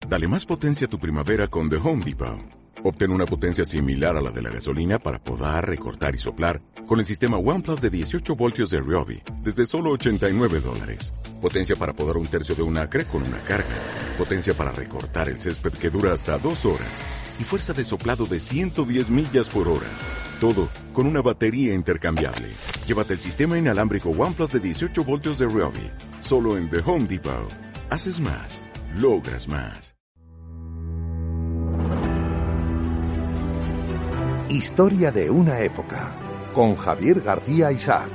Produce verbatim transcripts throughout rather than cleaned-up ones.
Dale más potencia a tu primavera con The Home Depot. Obtén una potencia similar a la de la gasolina para podar, recortar y soplar con el sistema OnePlus de dieciocho voltios de Ryobi desde solo ochenta y nueve dólares. Potencia para podar un tercio de un acre con una carga. Potencia para recortar el césped que dura hasta dos horas. Y fuerza de soplado de ciento diez millas por hora. Todo con una batería intercambiable. Llévate el sistema inalámbrico OnePlus de dieciocho voltios de Ryobi. Solo en The Home Depot. Haces más. Logras más. Historia de una época, con Javier García Isaac.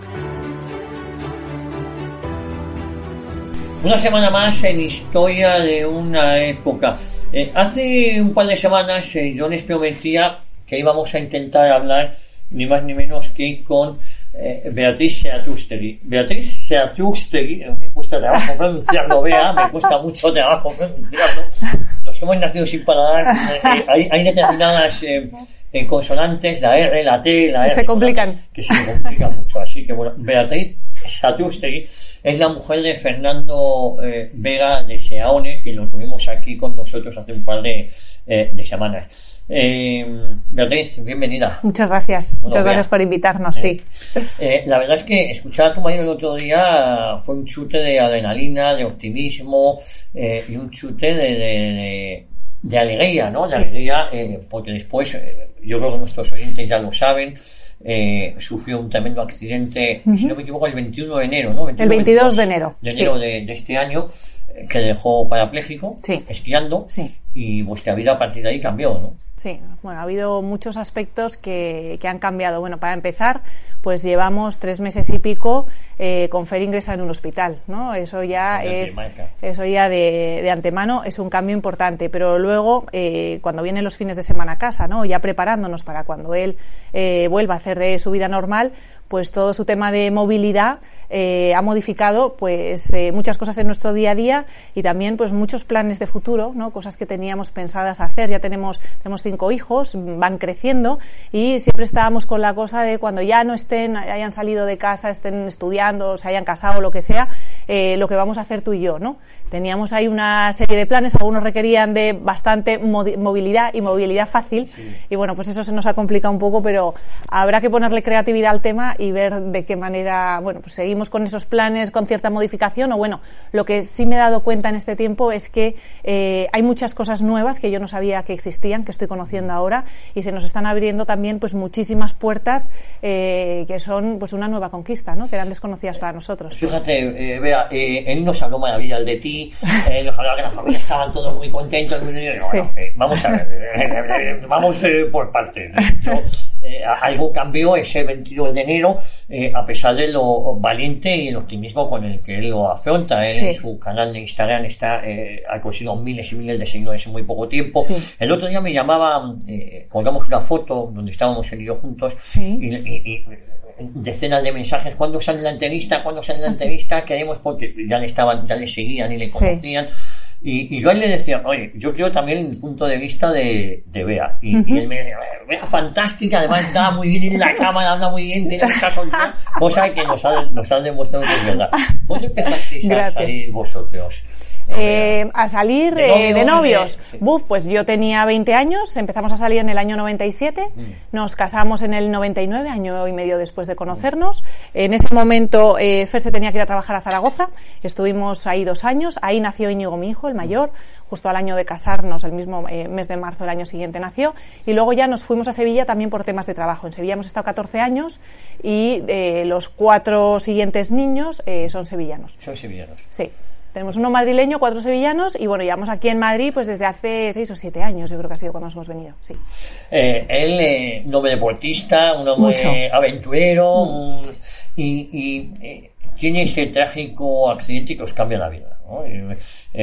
Una semana más en Historia de una época. Eh, hace un par de semanas eh, yo les prometía que íbamos a intentar hablar ni más ni menos que con eh, Beatriz Seatústegui. Beatriz Seatústegui, eh, me cuesta trabajo pronunciarlo, Bea, me cuesta mucho trabajo pronunciarlo. Los que hemos nacido sin paladar, eh, hay, hay determinadas eh, eh, consonantes, la R, la T, la R, se complican. Que se complican mucho. Así que bueno, Beatriz Seatústegui es la mujer de Fernando eh, Vega de Seaone, que lo tuvimos aquí con nosotros hace un par de, eh, de semanas. Eh, Beatriz, bienvenida. Muchas gracias, bueno, muchas gracias por invitarnos, eh, sí. Eh, la verdad es que escuchar a tu marido el otro día fue un chute de adrenalina, de optimismo eh, y un chute de, de, de, de alegría, ¿no? De sí. alegría, eh, porque después, eh, yo creo que nuestros oyentes ya lo saben, eh, sufrió un tremendo accidente, uh-huh. si no me equivoco, el veintiuno de enero, ¿no? veintiuno, el veintidós de enero. De enero sí. de, de este año, eh, que le dejó parapléjico, sí. esquiando, sí. y vuestra vida a partir de ahí cambió, ¿no? Sí, bueno, ha habido muchos aspectos que, que han cambiado. Bueno, para empezar, pues llevamos tres meses y pico eh, con Fer ingresa en un hospital, ¿no? Eso ya de es, eso ya de, de antemano es un cambio importante. Pero luego, eh, cuando vienen los fines de semana a casa, ¿no? Ya preparándonos para cuando él eh, vuelva a hacer eh, su vida normal, pues todo su tema de movilidad eh, ha modificado, pues eh, muchas cosas en nuestro día a día y también, pues muchos planes de futuro, ¿no? Cosas que teníamos pensadas hacer. Ya tenemos, tenemos cinco hijos, van creciendo y siempre estábamos con la cosa de cuando ya no estén, hayan salido de casa, estén estudiando, se hayan casado, lo que sea, eh, lo que vamos a hacer tú y yo, ¿no? Teníamos ahí una serie de planes, algunos requerían de bastante movilidad y movilidad fácil, sí. y bueno, pues eso se nos ha complicado un poco, pero habrá que ponerle creatividad al tema y ver de qué manera, bueno, pues seguimos con esos planes con cierta modificación, o bueno, lo que sí me he dado cuenta en este tiempo es que eh, hay muchas cosas nuevas que yo no sabía que existían, que estoy conociendo ahora, y se nos están abriendo también pues muchísimas puertas eh, que son pues una nueva conquista, ¿no? Que eran desconocidas para nosotros. Fíjate, eh, Bea, eh, él nos habló maravillas de ti, eh, nos hablaba que la familia estaban todos muy contentos, muy bien, sí. Bueno, eh, vamos a ver, eh, eh, vamos eh, por partes. Yo, eh, algo cambió ese veintidós de enero, eh, a pesar de lo valiente y el optimismo con el que él lo afronta. Él sí. en su canal de Instagram está, eh, ha conseguido miles y miles de seguidores en muy poco tiempo. Sí. El otro día me llamaba, eh, colgamos una foto donde estábamos él y yo juntos, sí. y, y, y decenas de mensajes: ¿cuándo sale la entrevista? ¿cuándo sale la entrevista? Sí. Queremos, porque ya le estaban, ya le seguían y le conocían. Sí. Y, y yo a él le decía, oye, yo quiero también el punto de vista de, de Bea. Y, uh-huh. y él me decía, Bea fantástica, además está muy bien en la cámara, habla muy bien, tiene mucha soltura, cosa que nos ha, nos ha demostrado que es verdad. ¿Cuándo empezasteis a salir vosotros? Eh, a salir de, novio, eh, de novios. Sí. Buf, pues yo tenía veinte años, empezamos a salir en el año noventa y siete, mm. nos casamos en el noventa y nueve, año y medio después de conocernos. En ese momento eh, Fer se tenía que ir a trabajar a Zaragoza, estuvimos ahí dos años, ahí nació Íñigo, mi hijo, el mayor, justo al año de casarnos, el mismo eh, mes de marzo del año siguiente nació, y luego ya nos fuimos a Sevilla también por temas de trabajo. En Sevilla hemos estado catorce años y eh, los cuatro siguientes niños eh, son sevillanos. Son sevillanos. Sí. Tenemos uno madrileño, cuatro sevillanos, y bueno, llevamos aquí en Madrid pues desde hace seis o siete años, yo creo que ha sido cuando nos hemos venido, sí. Eh, él, eh, un hombre deportista, un hombre aventurero, mm. un, y, y eh, tiene este trágico accidente que os cambia la vida, ¿no? Eh,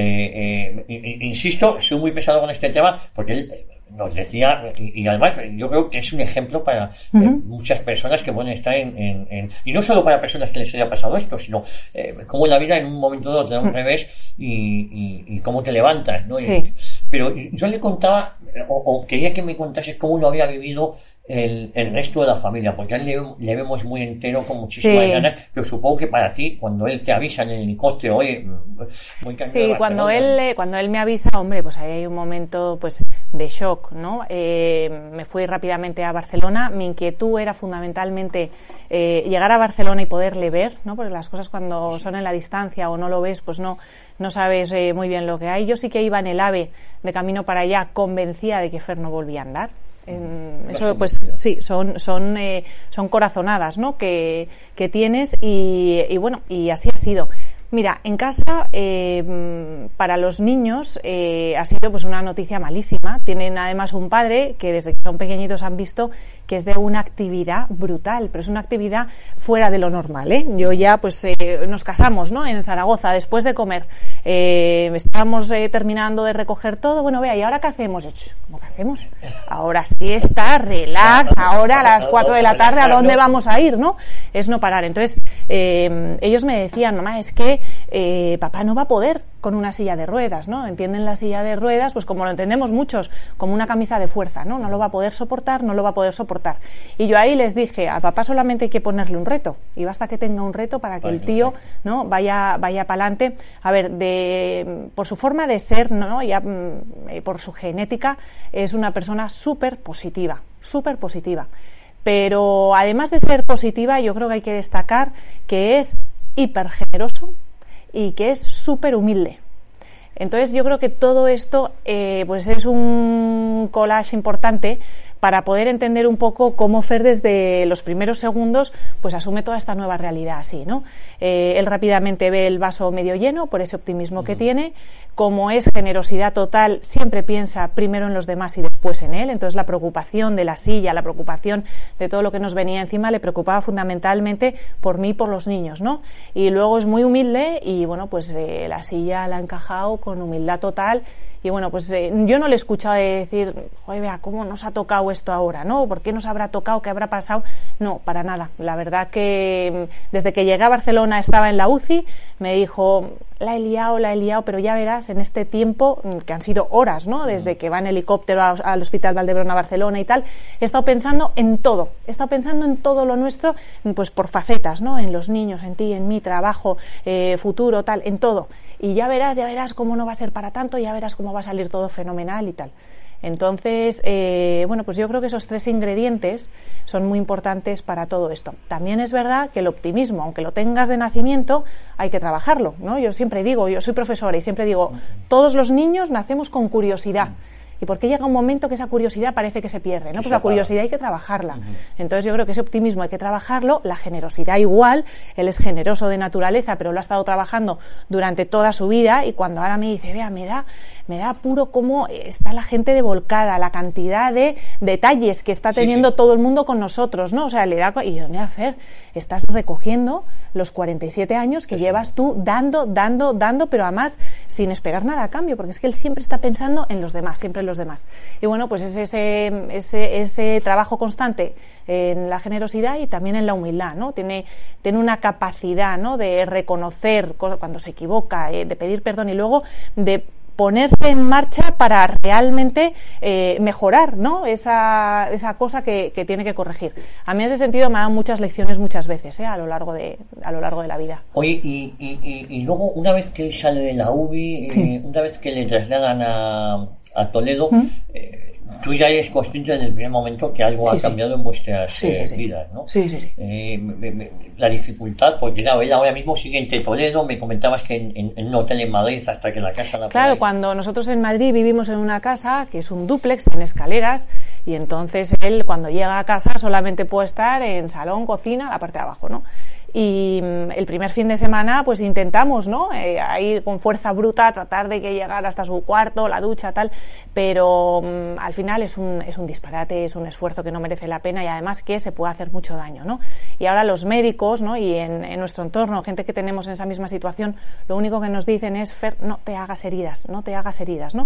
eh, eh, insisto, soy muy pesado con este tema, porque él nos decía, y, y además yo creo que es un ejemplo para uh-huh. eh, muchas personas que pueden estar en, en, en, y no solo para personas que les haya pasado esto, sino eh, cómo la vida en un momento dado te da un uh-huh. revés y, y, y cómo te levantas, ¿no? Sí. Y, pero yo le contaba, o, o quería que me contases cómo lo había vivido el, el resto de la familia, porque a él le, le vemos muy entero, con muchísimas sí. ganas, pero supongo que para ti, cuando él te avisa en el helicóptero, oye, muy sí, cuando él, cuando él me avisa, hombre, pues ahí hay un momento, pues, de shock, ¿no? Eh, me fui rápidamente a Barcelona, mi inquietud era fundamentalmente eh, llegar a Barcelona y poderle ver, ¿no? Porque las cosas cuando son en la distancia o no lo ves, pues no, no sabes eh, muy bien lo que hay. Yo sí que iba en el AVE de camino para allá, convencida de que Fer no volvía a andar. En eso pues sí, son son eh, son corazonadas, ¿no? que, que tienes y, y bueno, y así ha sido. Mira, en casa eh, para los niños eh, ha sido pues una noticia malísima. Tienen además un padre que desde que son pequeñitos han visto que es de una actividad brutal, pero es una actividad fuera de lo normal, ¿eh? Yo ya pues eh, nos casamos, ¿no? En Zaragoza después de comer, eh, estábamos eh, terminando de recoger todo. Bueno, vea, ¿y ahora qué hacemos? ¿Cómo que hacemos? Ahora siesta, relax, ahora a las cuatro de la tarde, ¿a dónde vamos a ir, no? Es no parar. Entonces eh, ellos me decían, mamá, es que Eh, papá no va a poder con una silla de ruedas, ¿no? Entienden la silla de ruedas, pues como lo entendemos muchos, como una camisa de fuerza, ¿no? No lo va a poder soportar, no lo va a poder soportar. Y yo ahí les dije, a papá solamente hay que ponerle un reto, y basta que tenga un reto para que el tío, ¿no? Vaya, vaya para adelante. A ver, de, por su forma de ser, ¿no? Ya eh, por su genética, es una persona súper positiva, súper positiva. Pero además de ser positiva, yo creo que hay que destacar que es hiper generoso y que es súper humilde. Entonces yo creo que todo esto eh, pues es un collage importante para poder entender un poco cómo Fer desde los primeros segundos pues asume toda esta nueva realidad así, ¿no? Eh, él rápidamente ve el vaso medio lleno por ese optimismo que tiene. Como es generosidad total, siempre piensa primero en los demás y después en él. Entonces la preocupación de la silla, la preocupación de todo lo que nos venía encima le preocupaba fundamentalmente por mí y por los niños, ¿no? Y luego es muy humilde y bueno, pues eh, la silla la ha encajado con humildad total. Y bueno, pues eh, yo no le he escuchado de decir, joder, vea, ¿cómo nos ha tocado esto ahora? ¿No? ¿Por qué nos habrá tocado? ¿Qué habrá pasado? No, para nada. La verdad que desde que llegué a Barcelona estaba en la U C I, me dijo, la he liado, la he liado, pero ya verás, en este tiempo, que han sido horas, ¿no? Desde que va en helicóptero a, al Hospital Valdebrón a Barcelona y tal, he estado pensando en todo. He estado pensando en todo lo nuestro, pues por facetas, ¿no? En los niños, en ti, en mi trabajo, eh, futuro, tal, en todo. Y ya verás, ya verás cómo no va a ser para tanto, ya verás cómo va a salir todo fenomenal y tal. Entonces, eh, bueno, pues yo creo que esos tres ingredientes son muy importantes para todo esto. También es verdad que el optimismo, aunque lo tengas de nacimiento, hay que trabajarlo, ¿no? Yo siempre digo, yo soy profesora y siempre digo, todos los niños nacemos con curiosidad. ¿Y por qué llega un momento que esa curiosidad parece que se pierde? ¿No? Pues la curiosidad hay que trabajarla. Uh-huh. Entonces yo creo que ese optimismo hay que trabajarlo, la generosidad igual, él es generoso de naturaleza, pero lo ha estado trabajando durante toda su vida y cuando ahora me dice, vea, me da, me da apuro cómo está la gente de volcada, la cantidad de detalles que está teniendo sí, sí. todo el mundo con nosotros, ¿no? O sea, le da, y yo, mira, Fer, estás recogiendo los cuarenta y siete años que sí, llevas sí. tú dando, dando, dando, pero además sin esperar nada a cambio, porque es que él siempre está pensando en los demás, siempre en los demás. Y bueno, pues es ese, ese, ese trabajo constante en la generosidad y también en la humildad, ¿no? Tiene, tiene una capacidad, ¿no? De reconocer cuando se equivoca, eh, de pedir perdón y luego de ponerse en marcha para realmente eh, mejorar, ¿no? Esa, esa cosa que, que tiene que corregir. A mí en ese sentido me ha dado muchas lecciones muchas veces, ¿eh? a lo largo de a lo largo de la vida. Oye, y, y, y, y luego una vez que él sale de la U B I, sí. eh, una vez que le trasladan a, a Toledo, ¿Mm? eh, tú ya eres consciente desde el primer momento que algo sí, ha cambiado sí. en vuestras sí, sí, sí. vidas, ¿no? Sí, sí, sí. Eh, me, me, la dificultad, porque claro, él ahora mismo sigue entre Toledo, me comentabas que en, en, en un hotel en Madrid hasta que la casa la Claro, cuando nosotros en Madrid vivimos en una casa que es un dúplex, tiene escaleras, y entonces él cuando llega a casa solamente puede estar en salón, cocina, la parte de abajo, ¿no? Y el primer fin de semana pues intentamos, ¿no? Eh, ahí con fuerza bruta tratar de que llegara hasta su cuarto, la ducha, tal, pero um, al final es un, es un disparate, es un esfuerzo que no merece la pena y además que se puede hacer mucho daño, ¿no? Y ahora los médicos, ¿no? Y en, en nuestro entorno, gente que tenemos en esa misma situación, lo único que nos dicen es, Fer, no te hagas heridas, no te hagas heridas, ¿no?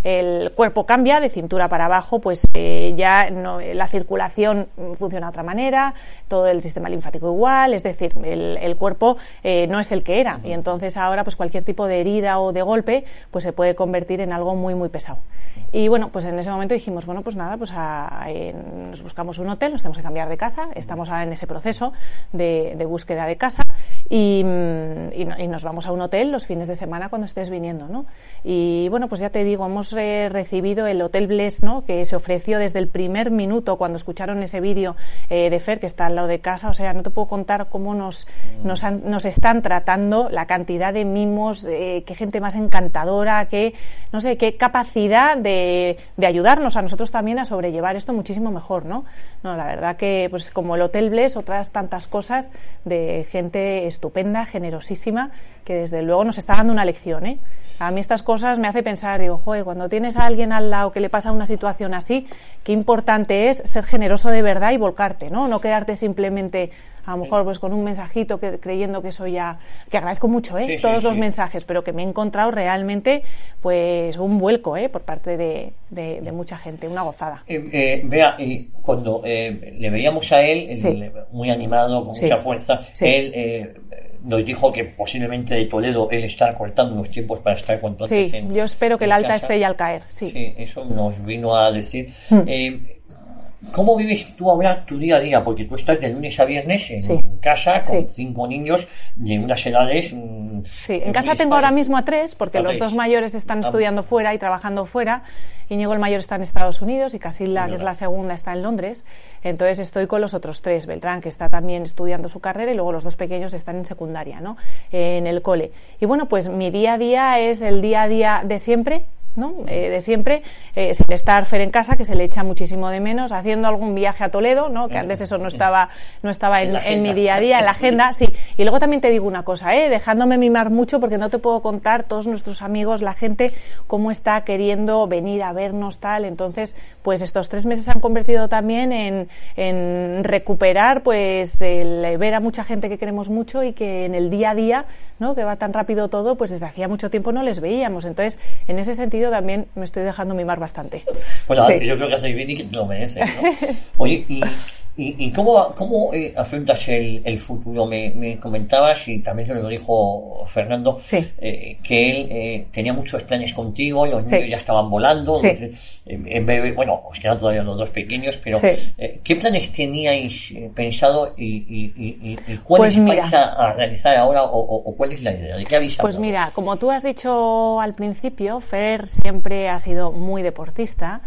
el cuerpo cambia de cintura para abajo, pues eh, ya no, la circulación funciona de otra manera, todo el sistema linfático igual, es decir, el, el cuerpo eh, no es el que era, y entonces ahora pues cualquier tipo de herida o de golpe pues se puede convertir en algo muy muy pesado. Y bueno, pues en ese momento dijimos, bueno, pues nada, pues a, a, en, nos buscamos un hotel, nos tenemos que cambiar de casa, estamos ahora en ese proceso de, de búsqueda de casa y, y, y nos vamos a un hotel los fines de semana cuando estés viniendo, ¿no? Y bueno, pues ya te digo, hemos eh, recibido el Hotel Bless, ¿no? Que se ofreció desde el primer minuto cuando escucharon ese vídeo eh, de Fer, que está al lado de casa, o sea, no te puedo contar cómo nos, nos, han, nos están tratando, la cantidad de mimos, eh, qué gente más encantadora, qué, no sé, qué capacidad de, de ayudarnos a nosotros también a sobrellevar esto muchísimo mejor, ¿no? No, la verdad que, pues como el Hotel Bless, otras tantas cosas de gente estupenda, generosísima, que desde luego nos está dando una lección, ¿eh? A mí estas cosas me hace pensar, digo, joder, cuando tienes a alguien al lado que le pasa una situación así, qué importante es ser generoso de verdad y volcarte, ¿no? No quedarte simplemente, a lo mejor, pues con un mensajito que, creyendo que eso ya, que agradezco mucho, ¿eh? Sí, todos sí, los sí. mensajes, pero que me he encontrado realmente, pues, un vuelco, ¿eh? Por parte de, de, de mucha gente, una gozada. Eh, eh, vea, eh, cuando eh, le veíamos a él, sí. el, muy animado, con sí. mucha fuerza, sí. él eh, nos dijo que posiblemente de Toledo él está cortando los tiempos para estar con todos. Sí, en, yo espero que el alta casa. Esté ya al caer, sí. Sí, eso nos vino a decir. Mm. Eh, ¿Cómo vives tú ahora tu día a día? Porque tú estás de lunes a viernes en, sí. en casa con sí. cinco niños de unas edades... Mmm, sí, en casa tengo ahora mismo a tres, porque a los tres. dos mayores están ah. estudiando fuera y trabajando fuera. Íñigo, el mayor, está en Estados Unidos y Casilda, sí, que es la segunda, está en Londres. Entonces estoy con los otros tres. Beltrán, que está también estudiando su carrera, y luego los dos pequeños están en secundaria, ¿no? Eh, en el cole. Y bueno, pues mi día a día es el día a día de siempre, ¿no? Eh, de siempre, eh, sin estar Fer en casa, que se le echa muchísimo de menos, haciendo algún viaje a Toledo, ¿no? Que antes eso no estaba no estaba en, en, en mi día a día, en la agenda, sí. Y luego también te digo una cosa, ¿eh? Dejándome mimar mucho, porque no te puedo contar todos nuestros amigos, la gente, cómo está queriendo venir a vernos, tal. Entonces, pues estos tres meses se han convertido también en, en recuperar, pues, el ver a mucha gente que queremos mucho y que en el día a día, ¿no? Que va tan rápido todo, pues desde hacía mucho tiempo no les veíamos. Entonces, en ese sentido también me estoy dejando mimar bastante. Bueno, sí. yo creo que hacéis bien y que te lo mereces, ¿no? Oye, y, y, y ¿cómo, cómo eh, afrontas el, el futuro? Me, me comentabas, y también se lo dijo Fernando, sí. eh, que él eh, tenía muchos planes contigo, los niños sí. ya estaban volando, sí. eh, en breve, bueno, os quedan todavía los dos pequeños, pero sí. eh, ¿qué planes teníais eh, pensado y, y, y, y cuáles pues vais a, a realizar ahora o, o, o cuál es la idea? ¿De qué habéis hablado? Pues mira, como tú has dicho al principio, Fer siempre ha sido muy deportista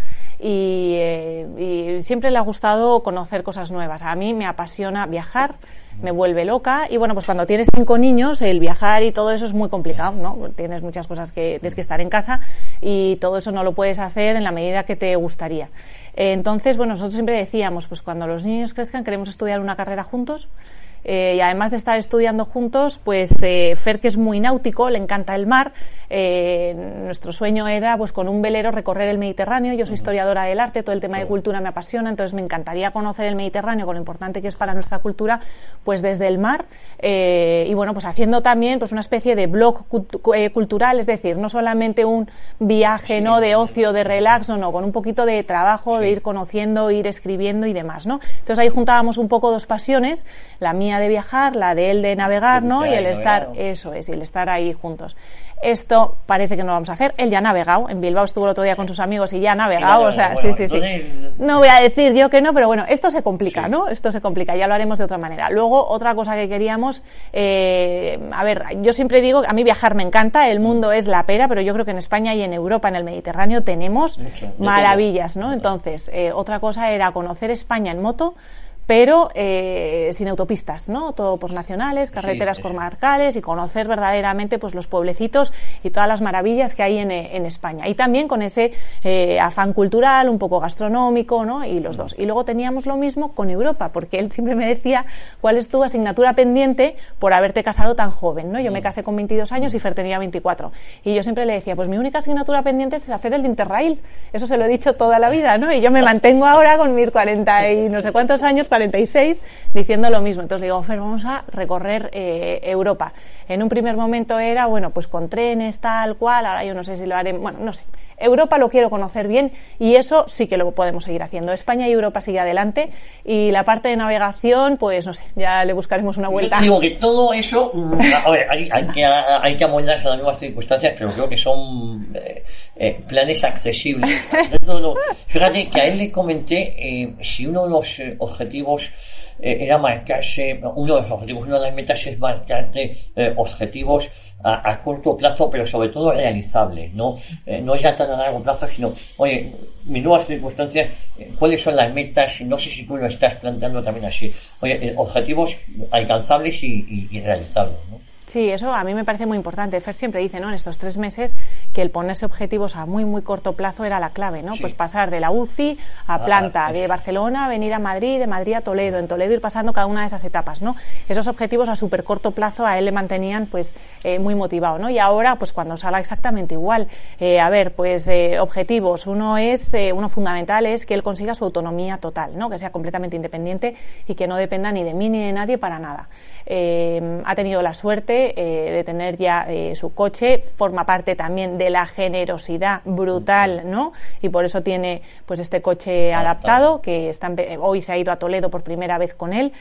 y, eh, y siempre le ha gustado conocer cosas nuevas. A mí me apasiona viajar, me vuelve loca, y bueno, pues cuando tienes cinco niños, el viajar y todo eso es muy complicado, ¿no? Tienes muchas cosas que tienes que estar en casa y todo eso no lo puedes hacer en la medida que te gustaría. Entonces, bueno, nosotros siempre decíamos, pues cuando los niños crezcan queremos estudiar una carrera juntos. Eh, y además de estar estudiando juntos, pues eh, Fer, que es muy náutico, le encanta el mar, eh, nuestro sueño era, pues con un velero, recorrer el Mediterráneo. Yo soy historiadora del arte, todo el tema de cultura me apasiona, entonces me encantaría conocer el Mediterráneo, con lo importante que es para nuestra cultura, pues desde el mar, eh, y bueno, pues haciendo también pues una especie de blog cult- eh, cultural, es decir, no solamente un viaje, sí, no, de ocio, de relax, no, no, con un poquito de trabajo, sí. de ir conociendo, ir escribiendo y demás, ¿no? Entonces ahí juntábamos un poco dos pasiones, la mía de viajar, la de él de navegar, ¿no? Y el estar, eso es, y el estar ahí juntos. Esto parece que no lo vamos a hacer. Él ya ha navegado. En Bilbao estuvo el otro día con sus amigos y ya ha navegado. O sea, sí, sí, sí. No voy a decir yo que no, pero bueno, esto se complica, sí. ¿no? Esto se complica. Ya lo haremos de otra manera. Luego, otra cosa que queríamos, eh, a ver, yo siempre digo, a mí viajar me encanta. El mundo es la pera, pero yo creo que en España y en Europa, en el Mediterráneo, tenemos mucho, maravillas, ¿no? Entonces, eh, otra cosa era conocer España en moto, pero eh, sin autopistas, ¿no? Todo por nacionales, carreteras sí, comarcales, y conocer verdaderamente pues los pueblecitos y todas las maravillas que hay en, en España. Y también con ese eh, afán cultural, un poco gastronómico, ¿no? Y los dos. Y luego teníamos lo mismo con Europa, porque él siempre me decía, ¿cuál es tu asignatura pendiente por haberte casado tan joven, ¿no? Yo me casé con veintidós años y Fer tenía veinticuatro. Y yo siempre le decía, pues mi única asignatura pendiente es hacer el de Interrail. Eso se lo he dicho toda la vida, ¿no? Y yo me mantengo ahora con mis cuarenta y no sé cuántos años, cuarenta y seis, diciendo lo mismo. Entonces digo, Fer, vamos a recorrer eh, Europa. En un primer momento era, bueno, pues con trenes, tal cual, ahora yo no sé si lo haré, bueno, no sé. Europa lo quiero conocer bien y eso sí que lo podemos seguir haciendo. España y Europa sigue adelante y la parte de navegación, pues no sé, ya le buscaremos una vuelta. Yo digo que todo eso, a ver, hay, hay que hay que amoldarse a las nuevas circunstancias, pero creo que son eh, eh, planes accesibles. Fíjate que a él le comenté eh, si uno de los eh, objetivos eh, era marcarse, uno de los objetivos, una de las metas es marcarte eh, objetivos a, a corto plazo, pero sobre todo realizables, ¿no? Eh, no ya tan a largo plazo, sino, oye, mis nuevas circunstancias, eh, ¿cuáles son las metas? No sé si tú lo estás planteando también así. Oye, eh, objetivos alcanzables y, y, y realizables, ¿no? Sí, eso a mí me parece muy importante. Fer siempre dice, ¿no?, en estos tres meses que el ponerse objetivos a muy, muy corto plazo era la clave, ¿no? Sí. Pues pasar de la U C I a planta, ah, de Barcelona a venir a Madrid, de Madrid a Toledo, en Toledo ir pasando cada una de esas etapas, ¿no? Esos objetivos a súper corto plazo a él le mantenían, pues, eh, muy motivado, ¿no? Y ahora, pues, cuando salga exactamente igual. Eh, a ver, pues, eh, objetivos. Uno es, eh, uno fundamental es que él consiga su autonomía total, ¿no? Que sea completamente independiente y que no dependa ni de mí ni de nadie para nada. Eh, ha tenido la suerte eh, de tener ya eh, su coche, forma parte también de la generosidad brutal, ¿no? Y por eso tiene pues este coche adaptado, que está, hoy se ha ido a Toledo por primera vez con él.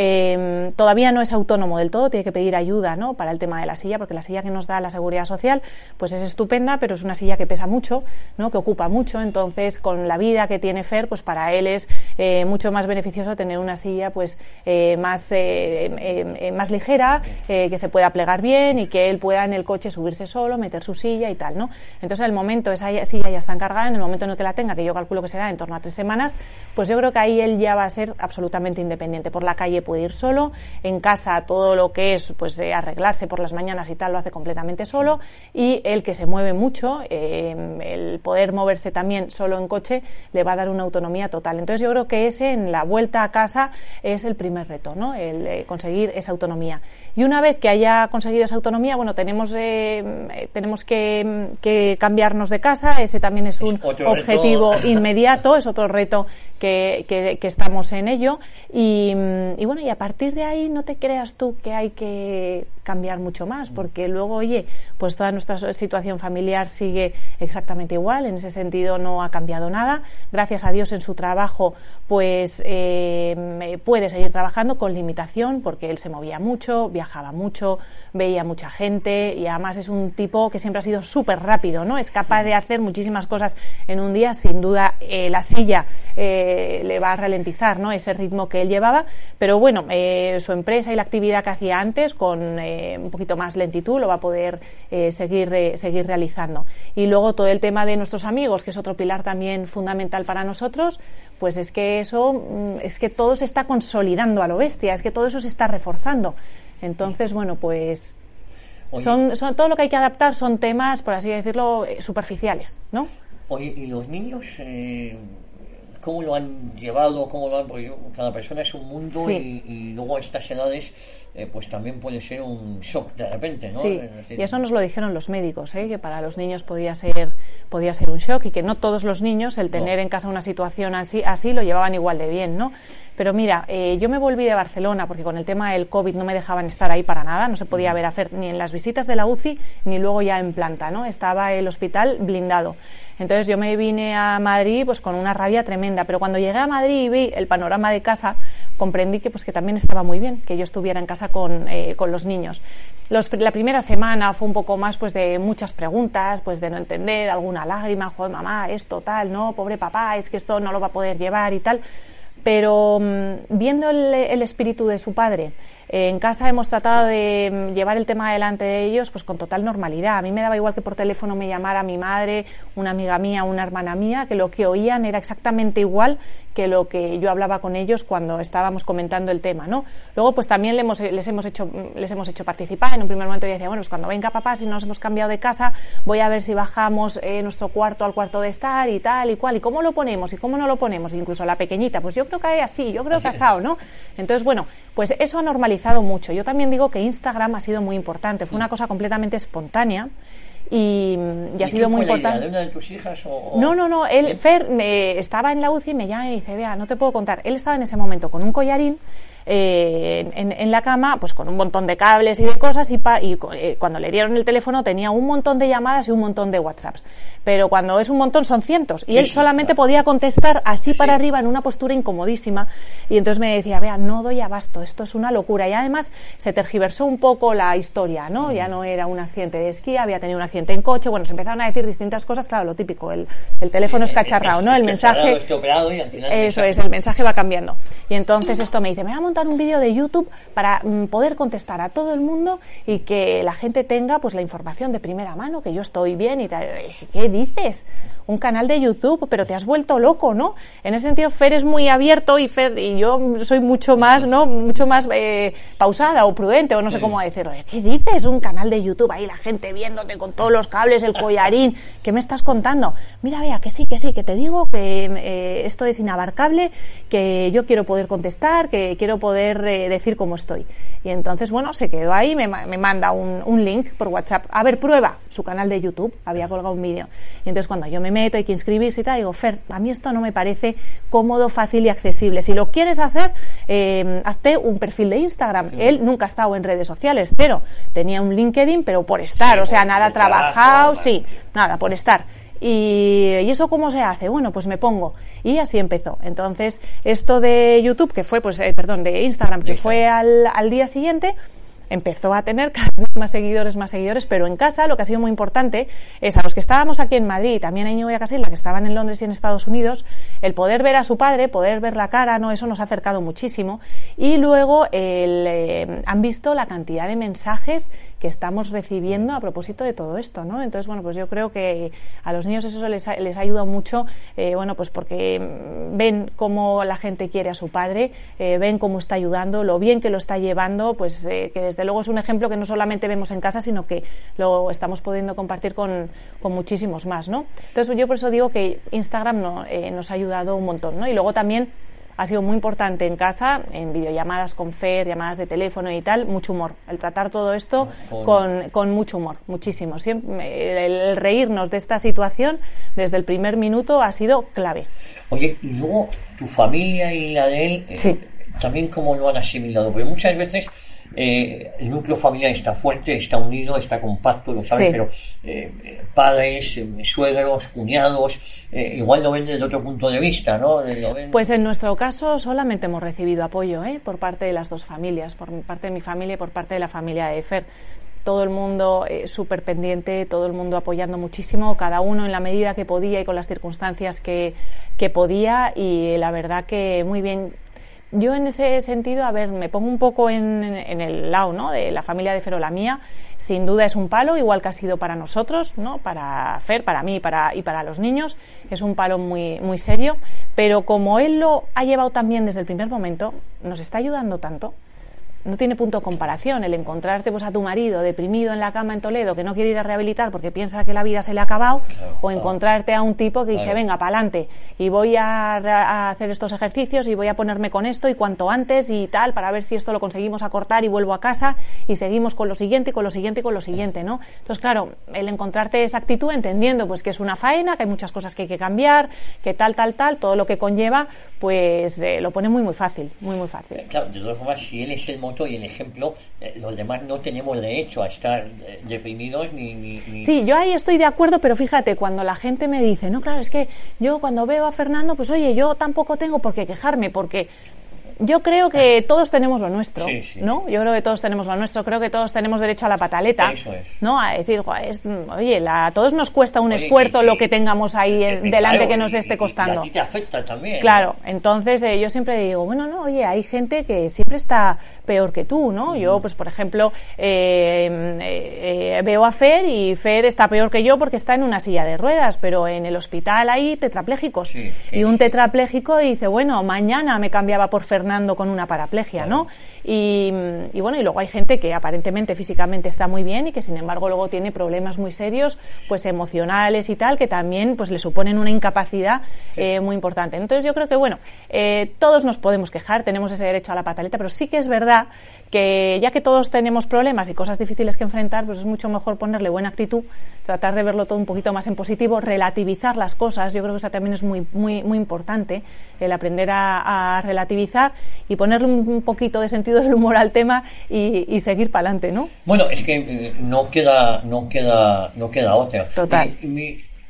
Eh, todavía no es autónomo del todo, tiene que pedir ayuda, ¿no?, para el tema de la silla, porque la silla que nos da la Seguridad Social pues es estupenda, pero es una silla que pesa mucho, ¿no?, que ocupa mucho. Entonces, con la vida que tiene Fer, pues para él es eh, mucho más beneficioso tener una silla pues eh, más eh, eh, eh, más ligera, eh, que se pueda plegar bien y que él pueda en el coche subirse solo, meter su silla y tal, ¿no? Entonces, en el momento esa silla ya está encargada, en el momento en el que la tenga, que yo calculo que será en torno a tres semanas, pues yo creo que ahí él ya va a ser absolutamente independiente. Por la calle puede ir solo, en casa todo lo que es pues eh, arreglarse por las mañanas y tal lo hace completamente solo, y el que se mueve mucho, eh, el poder moverse también solo en coche le va a dar una autonomía total. Entonces yo creo que ese en la vuelta a casa es el primer reto, ¿no?, el eh, conseguir esa autonomía. Y una vez que haya conseguido esa autonomía, bueno, tenemos eh, tenemos que, que cambiarnos de casa. Ese también es un es objetivo reto. inmediato, es otro reto que, que, que estamos en ello. Y, y bueno, y a partir de ahí no te creas tú que hay que cambiar mucho más, porque luego, oye, pues toda nuestra situación familiar sigue exactamente igual, en ese sentido no ha cambiado nada. Gracias a Dios en su trabajo pues eh, puede seguir trabajando con limitación, porque él se movía mucho, viajaba mucho, veía mucha gente y además es un tipo que siempre ha sido súper rápido, ¿no? Es capaz de hacer muchísimas cosas en un día. Sin duda eh, la silla eh, le va a ralentizar, ¿no?, ese ritmo que él llevaba, pero bueno, eh, su empresa y la actividad que hacía antes con eh, un poquito más lentitud lo va a poder eh, seguir, eh, seguir realizando. Y luego todo el tema de nuestros amigos, que es otro pilar también fundamental para nosotros, pues es que eso, es que todo se está consolidando a lo bestia, es que todo eso se está reforzando. Entonces, bueno, pues son, son todo lo que hay que adaptar son temas, por así decirlo, superficiales, ¿no? Oye, ¿y los niños eh, cómo lo han llevado? ¿Cómo lo han, porque yo, cada persona es un mundo, sí. y, y luego a estas edades eh, pues también puede ser un shock de repente, ¿no? Sí, decir, y eso nos lo dijeron los médicos, ¿eh? Que para los niños podía ser podía ser un shock y que no todos los niños el tener no. en casa una situación así, así lo llevaban igual de bien, ¿no? Pero mira, eh, yo me volví de Barcelona porque con el tema del COVID no me dejaban estar ahí para nada, no se podía ver a Fer ni en las visitas de la U C I ni luego ya en planta, ¿no? Estaba el hospital blindado. Entonces yo me vine a Madrid pues con una rabia tremenda, pero cuando llegué a Madrid y vi el panorama de casa, comprendí que pues que también estaba muy bien que yo estuviera en casa con eh, con los niños. Los, la primera semana fue un poco más pues de muchas preguntas, pues de no entender, alguna lágrima, joder mamá, esto tal, no, pobre papá, es que esto no lo va a poder llevar y tal. Pero mmm, viendo el, el espíritu de su padre, eh, en casa hemos tratado de llevar el tema delante de ellos pues con total normalidad. A mí me daba igual que por teléfono me llamara mi madre, una amiga mía, una hermana mía, que lo que oían era exactamente igual que lo que yo hablaba con ellos cuando estábamos comentando el tema, ¿no? Luego pues también les hemos, les hemos hecho les hemos hecho participar. En un primer momento yo decía, bueno, pues cuando venga papá, si nos hemos cambiado de casa, voy a ver si bajamos eh, nuestro cuarto al cuarto de estar y tal y cual, y cómo lo ponemos y cómo no lo ponemos, incluso la pequeñita, pues yo creo que así, yo creo que asado, ¿no? Entonces, bueno, pues eso ha normalizado mucho. Yo también digo que Instagram ha sido muy importante, fue una cosa completamente espontánea. Y, y ha sido muy importante. ¿De una de tus hijas o, o... No, no, no. Él, Fer, me, estaba en la U C I, me llama y me dice, vea, no te puedo contar. Él estaba en ese momento con un collarín eh, en, en la cama, pues con un montón de cables y de cosas, y, pa, y eh, cuando le dieron el teléfono tenía un montón de llamadas y un montón de WhatsApps. Pero pero cuando es un montón son cientos. Y sí, él sí, solamente claro. podía contestar así sí. para arriba en una postura incomodísima. Y entonces me decía, vea, no doy abasto, esto es una locura. Y además se tergiversó un poco la historia, ¿no? Mm. Ya no era un accidente de esquí, había tenido un accidente en coche. Bueno, se empezaron a decir distintas cosas, claro, lo típico, el, el teléfono sí, es cacharrado, ¿no? El mensaje... Y al final eso es, el mensaje va cambiando. Y entonces esto me dice, me voy a montar un vídeo de YouTube para mm, poder contestar a todo el mundo y que la gente tenga pues la información de primera mano, que yo estoy bien y tal. ¿Qué dices? Un canal de YouTube, pero te has vuelto loco, ¿no? En ese sentido, Fer es muy abierto y Fer y yo soy mucho más, ¿no? Mucho más eh, pausada o prudente, o no sé sí. cómo decirlo. ¿Qué dices? Un canal de YouTube, ahí la gente viéndote con todos los cables, el collarín. ¿Qué me estás contando? Mira, vea, que sí, que sí, que te digo que eh, esto es inabarcable, que yo quiero poder contestar, que quiero poder eh, decir cómo estoy. Y entonces, bueno, se quedó ahí, me, me manda un, un link por WhatsApp. A ver, prueba su canal de YouTube. Había colgado un vídeo. Y entonces cuando yo me meto, hay que inscribirse y tal, digo, Fer, a mí esto no me parece cómodo, fácil y accesible. Si lo quieres hacer, eh, hazte un perfil de Instagram. Sí. Él nunca ha estado en redes sociales, cero. Tenía un LinkedIn, pero por estar, sí, o sea, nada trabajado, trabajo, sí, nada, por estar. Y, ¿Y eso cómo se hace? Bueno, pues me pongo. Y así empezó. Entonces, esto de YouTube, que fue, pues, eh, perdón, de Instagram, que fue al, al día siguiente, empezó a tener cada vez más seguidores, más seguidores, pero en casa lo que ha sido muy importante es a los que estábamos aquí en Madrid, también a Íñigo y a Casilda, que estaban en Londres y en Estados Unidos, el poder ver a su padre, poder ver la cara, no, eso nos ha acercado muchísimo. Y luego el, eh, han visto la cantidad de mensajes que estamos recibiendo a propósito de todo esto, ¿no? Entonces, bueno, pues yo creo que a los niños eso les, les ayuda mucho, eh, bueno, pues porque ven cómo la gente quiere a su padre, eh, ven cómo está ayudando, lo bien que lo está llevando, pues eh, que desde luego es un ejemplo que no solamente vemos en casa, sino que lo estamos pudiendo compartir con, con muchísimos más, ¿no? Entonces, yo por eso digo que Instagram no, eh, nos ha ayudado un montón, ¿no? Y luego también ha sido muy importante en casa, en videollamadas con Fer, llamadas de teléfono y tal, mucho humor. El tratar todo esto oh, con, con mucho humor, muchísimo. Siempre, el, el reírnos de esta situación desde el primer minuto ha sido clave. Oye, y luego tu familia y la de él, eh, sí. también cómo lo han asimilado, porque muchas veces eh, el núcleo familiar está fuerte, está unido, está compacto, lo sabes, sí. pero eh, padres, eh, suegros, cuñados, eh, igual lo ven desde otro punto de vista, ¿no? Lo ven... Pues en nuestro caso solamente hemos recibido apoyo, ¿eh? por parte de las dos familias, por parte de mi familia y por parte de la familia de Fer. Todo el mundo eh, súper pendiente, todo el mundo apoyando muchísimo, cada uno en la medida que podía y con las circunstancias que, que podía, y la verdad que muy bien. Yo en ese sentido, a ver, me pongo un poco en, en el lado, ¿no?, de la familia de Fer o la mía. Sin duda es un palo, igual que ha sido para nosotros, ¿no?, para Fer, para mí y para, y para los niños. Es un palo muy, muy serio, pero como él lo ha llevado también desde el primer momento, nos está ayudando tanto. No tiene punto de comparación el encontrarte pues a tu marido deprimido en la cama en Toledo, que no quiere ir a rehabilitar porque piensa que la vida se le ha acabado, claro, o encontrarte a un tipo que dice, claro, venga, pa'lante, y voy a, a hacer estos ejercicios y voy a ponerme con esto y cuanto antes y tal, para ver si esto lo conseguimos acortar y vuelvo a casa y seguimos con lo siguiente y con lo siguiente y con lo siguiente, ¿no? Entonces, claro, el encontrarte esa actitud entendiendo pues que es una faena, que hay muchas cosas que hay que cambiar, que tal, tal, tal, todo lo que conlleva, pues eh, lo pone muy, muy fácil, muy, muy fácil. Claro, de todas formas, si él es el y el ejemplo, eh, los demás no tenemos derecho a estar eh, deprimidos ni, ni, ni... Sí, yo ahí estoy de acuerdo, pero fíjate, cuando la gente me dice, no, claro, es que yo cuando veo a Fernando, pues oye, yo tampoco tengo por qué quejarme, porque yo creo que todos tenemos lo nuestro, sí, sí, ¿no? Yo creo que todos tenemos lo nuestro, creo que todos tenemos derecho a la pataleta, eso es, ¿no? A decir, es, oye, la, a todos nos cuesta un oye, esfuerzo que, lo que tengamos ahí en, que, delante claro, que nos esté costando. Y a ti te afecta también. Claro, ¿no? Entonces eh, yo siempre digo, bueno, no, oye, hay gente que siempre está peor que tú, ¿no? Mm. Yo, pues por ejemplo, eh, eh, veo a Fer y Fer está peor que yo porque está en una silla de ruedas, pero en el hospital hay tetraplégicos. Sí, y un tetrapléjico dice, bueno, mañana me cambiaba por Fernando con una paraplegia, ¿no? Y, y bueno, y luego hay gente que aparentemente físicamente está muy bien y que sin embargo luego tiene problemas muy serios, pues emocionales y tal, que también pues le suponen una incapacidad eh, muy importante. Entonces yo creo que bueno, eh, todos nos podemos quejar, tenemos ese derecho a la pataleta, pero sí que es verdad que ya que todos tenemos problemas y cosas difíciles que enfrentar, pues es mucho mejor ponerle buena actitud, tratar de verlo todo un poquito más en positivo, relativizar las cosas. Yo creo que eso también es muy muy muy importante, el aprender a, a relativizar y ponerle un, un poquito de sentido del humor al tema y, y seguir para adelante, ¿no? Bueno, es que eh, no queda no queda no queda otra. Total. Y, y,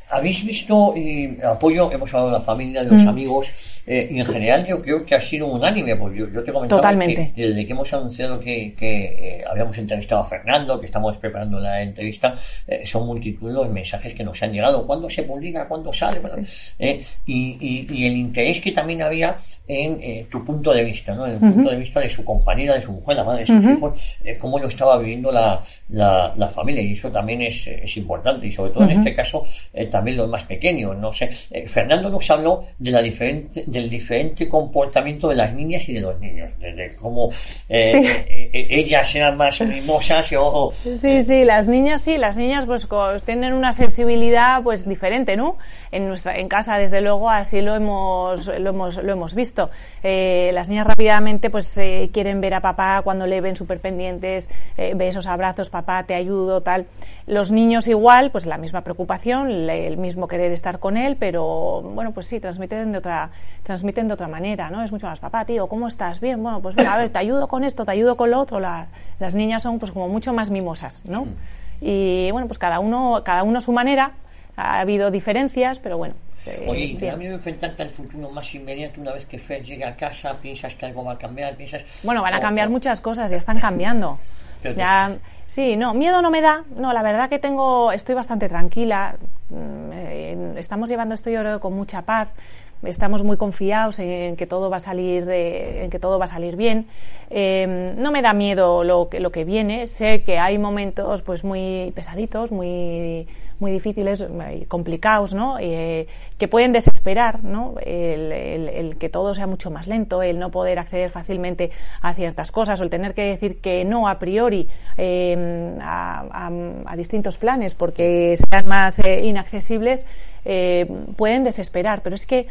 ¿Habéis visto eh, apoyo? Hemos hablado de la familia, de los mm. amigos, eh, y en general yo creo que ha sido unánime, pues yo, yo te comentaba Totalmente. que desde que hemos anunciado que, que eh, habíamos entrevistado a Fernando, que estamos preparando la entrevista, eh, son multitud los mensajes que nos han llegado. ¿Cuándo se publica? ¿Cuándo sale? Sí. Eh, y, y, y el interés que también había en eh, tu punto de vista, ¿no? En el uh-huh. punto de vista de su compañera, de su mujer, la madre de sus uh-huh. hijos, eh, cómo lo estaba viviendo la, la, la familia, y eso también es, es importante, y sobre todo uh-huh. en este caso eh, también los más pequeños, no sé. Eh, Fernando nos habló de la diferente, del diferente comportamiento de las niñas y de los niños, desde cómo eh, sí. eh, eh, ellas eran más mimosas o, o sí, sí, las niñas sí, las niñas pues tienen una sensibilidad pues diferente, ¿no? En nuestra, en casa desde luego así lo hemos, lo hemos, lo hemos visto. Eh, las niñas rápidamente pues eh, quieren ver a papá cuando le ven súper pendientes, eh, besos, abrazos, papá, te ayudo, tal. Los niños igual, pues la misma preocupación, el mismo querer estar con él, pero bueno, pues sí, transmiten de otra, transmiten de otra manera, ¿no? Es mucho más, papá, tío, ¿cómo estás? Bien, bueno, pues mira, a ver, te ayudo con esto, te ayudo con lo otro. La, las niñas son pues como mucho más mimosas, ¿no? Y bueno, pues cada uno, cada uno a su manera. Ha habido diferencias, pero bueno. Eh, Oye, ¿te da miedo enfrentarte al futuro más inmediato una vez que Fer llegue a casa? ¿Piensas que algo va a cambiar? ¿Piensas...? Bueno, van a cambiar o, muchas cosas, ya están cambiando. Ya, sí, no, miedo no me da. No, la verdad que tengo, estoy bastante tranquila. Estamos llevando esto, yo creo, con mucha paz. Estamos muy confiados en que todo va a salir, eh, en que todo va a salir bien. Eh, no me da miedo lo que, lo que viene. Sé que hay momentos, pues, muy pesaditos, muy, muy difíciles, muy complicados, ¿no? Eh, que pueden desesperar, ¿no? El, el, el que todo sea mucho más lento, el no poder acceder fácilmente a ciertas cosas, o el tener que decir que no a priori eh, a, a, a distintos planes porque sean más eh, inaccesibles. Eh, pueden desesperar, pero es que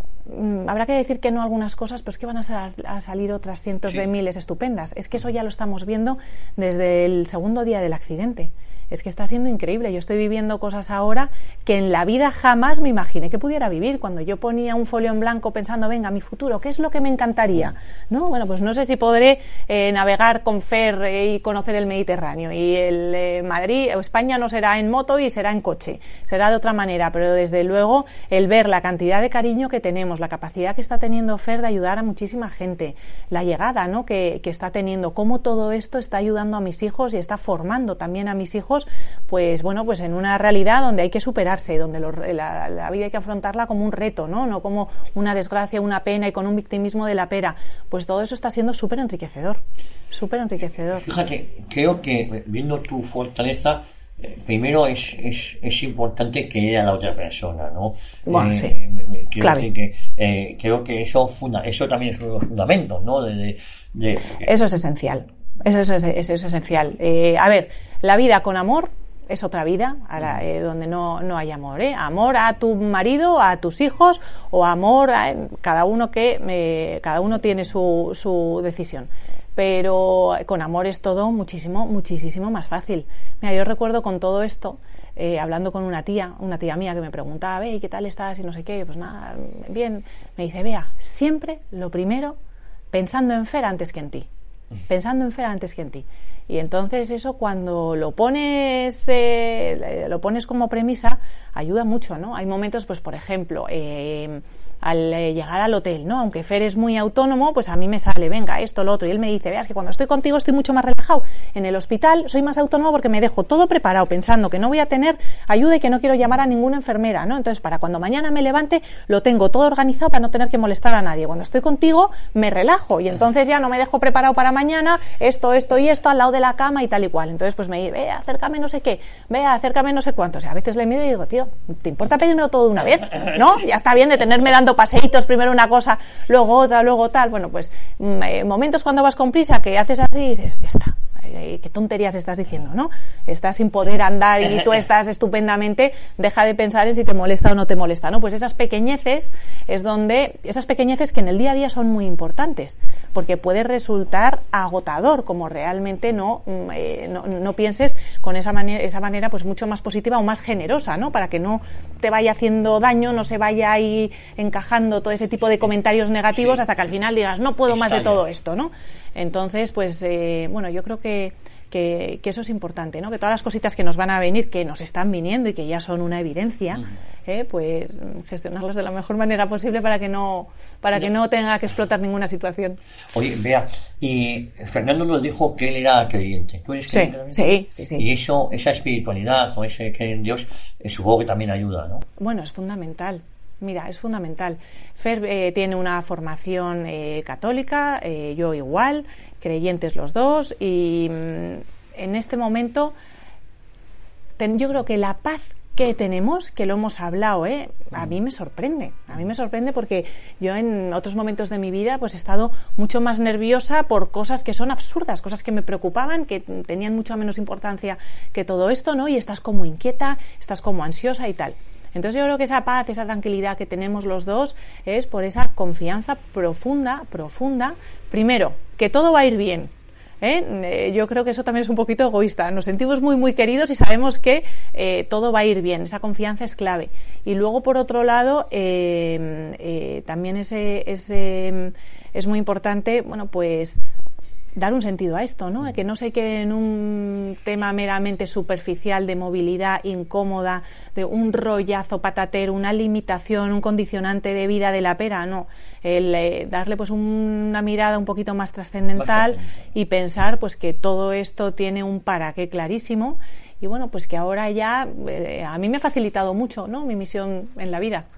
mm, habrá que decir que no a algunas cosas, pero es que van a, sal, a salir otras cientos sí. de miles estupendas. Es que eso ya lo estamos viendo desde el segundo día del accidente. Es que está siendo increíble. Yo estoy viviendo cosas ahora que en la vida jamás me imaginé que pudiera vivir. Cuando yo ponía un folio en blanco pensando, venga, mi futuro, ¿qué es lo que me encantaría? ¿No? Bueno, pues no sé si podré eh, navegar con Fer eh, y conocer el Mediterráneo. Y el eh, Madrid o España no será en moto y será en coche. Será de otra manera, pero desde luego el ver la cantidad de cariño que tenemos, la capacidad que está teniendo Fer de ayudar a muchísima gente, la llegada, ¿no? que, que está teniendo, cómo todo esto está ayudando a mis hijos y está formando también a mis hijos, pues bueno, pues en una realidad donde hay que superarse, donde lo, la, la vida hay que afrontarla como un reto, ¿no? No como una desgracia, una pena y con un victimismo de la pera. Pues todo eso está siendo súper enriquecedor, súper enriquecedor. Fíjate, creo que viendo tu fortaleza, eh, primero es, es, es importante querer a la otra persona, ¿no? Bueno, eh, sí. Creo claro. que, eh, creo que eso, funda, eso también es uno de los fundamentos, ¿no? De, de, de, eso es esencial. Eso es, eso es esencial. Eh, a ver, la vida con amor es otra vida a la, eh, donde no, no hay amor, ¿eh? Amor a tu marido, a tus hijos, o amor a cada uno que eh, cada uno tiene su, su decisión. Pero con amor es todo muchísimo, muchísimo más fácil. Mira, yo recuerdo con todo esto, eh, hablando con una tía, una tía mía que me preguntaba, ve, ¿qué tal estás? Y no sé qué, pues nada, bien. Me dice, vea, siempre lo primero, pensando en Fer antes que en ti. Pensando en Fer antes que en ti. Y entonces eso, cuando lo pones eh, lo pones como premisa, ayuda mucho, ¿no? Hay momentos, pues por ejemplo, eh, al eh, llegar al hotel, ¿no? Aunque Fer es muy autónomo, pues a mí me sale, venga, esto, lo otro, y él me dice, veas que cuando estoy contigo estoy mucho más relajado. En el hospital soy más autónomo porque me dejo todo preparado, pensando que no voy a tener ayuda y que no quiero llamar a ninguna enfermera, ¿no? Entonces, para cuando mañana me levante, lo tengo todo organizado para no tener que molestar a nadie. Cuando estoy contigo, me relajo, y entonces ya no me dejo preparado para mañana, esto, esto y esto, al lado de la cama y tal y cual. Entonces, pues me dice, ve, acércame no sé qué, ve, acércame no sé cuánto. O sea, a veces le miro y digo, tío, ¿te importa pedírmelo todo de una vez? ¿No? Ya está bien de tenerme dando paseitos, primero una cosa, luego otra, luego tal. Bueno, pues eh, momentos cuando vas con prisa que haces así y dices, ya está, eh, qué tonterías estás diciendo, ¿no? Estás sin poder andar y tú estás estupendamente, deja de pensar en si te molesta o no te molesta, ¿no? Pues esas pequeñeces es donde, esas pequeñeces que en el día a día son muy importantes, porque puede resultar agotador, como realmente no, eh, no, no pienses con esa manera, esa manera pues mucho más positiva o más generosa, ¿no? Para que no te vaya haciendo daño, no se vaya ahí encajando todo ese tipo de comentarios negativos, sí, hasta que al final digas, no puedo más de todo esto, ¿no? Entonces, pues, eh, bueno, yo creo que, que, que eso es importante, ¿no? Que todas las cositas que nos van a venir, que nos están viniendo y que ya son una evidencia, eh, pues gestionarlas de la mejor manera posible para que no para que no tenga que explotar ninguna situación. Oye, Bea, y Fernando nos dijo que él era creyente. ¿Tú eres creyente también? Sí, sí, sí. Y eso, esa espiritualidad o ese que en Dios, eh, supongo que también ayuda, ¿no? Bueno, es fundamental. Mira, es fundamental. Fer eh, tiene una formación eh, católica, eh, yo igual, creyentes los dos, y mmm, en este momento ten, yo creo que la paz que tenemos, que lo hemos hablado, ¿eh? A mí me sorprende, a mí me sorprende porque yo en otros momentos de mi vida pues he estado mucho más nerviosa por cosas que son absurdas, cosas que me preocupaban, que tenían mucha menos importancia que todo esto, ¿no? Y estás como inquieta, estás como ansiosa y tal. Entonces yo creo que esa paz, esa tranquilidad que tenemos los dos es por esa confianza profunda, profunda, primero, que todo va a ir bien. ¿Eh? Yo creo que eso también es un poquito egoísta. Nos sentimos muy muy queridos y sabemos que eh, todo va a ir bien. Esa confianza es clave. Y luego, por otro lado, eh, eh, también ese, ese, es muy importante, bueno, pues dar un sentido a esto, ¿no? Que no se quede en un tema meramente superficial de movilidad incómoda, de un rollazo patatero, una limitación, un condicionante de vida de la pera, no. El eh, darle pues un, una mirada un poquito más trascendental y pensar pues que todo esto tiene un para qué clarísimo. Y bueno, pues que ahora ya eh, a mí me ha facilitado mucho, ¿no? Mi misión en la vida.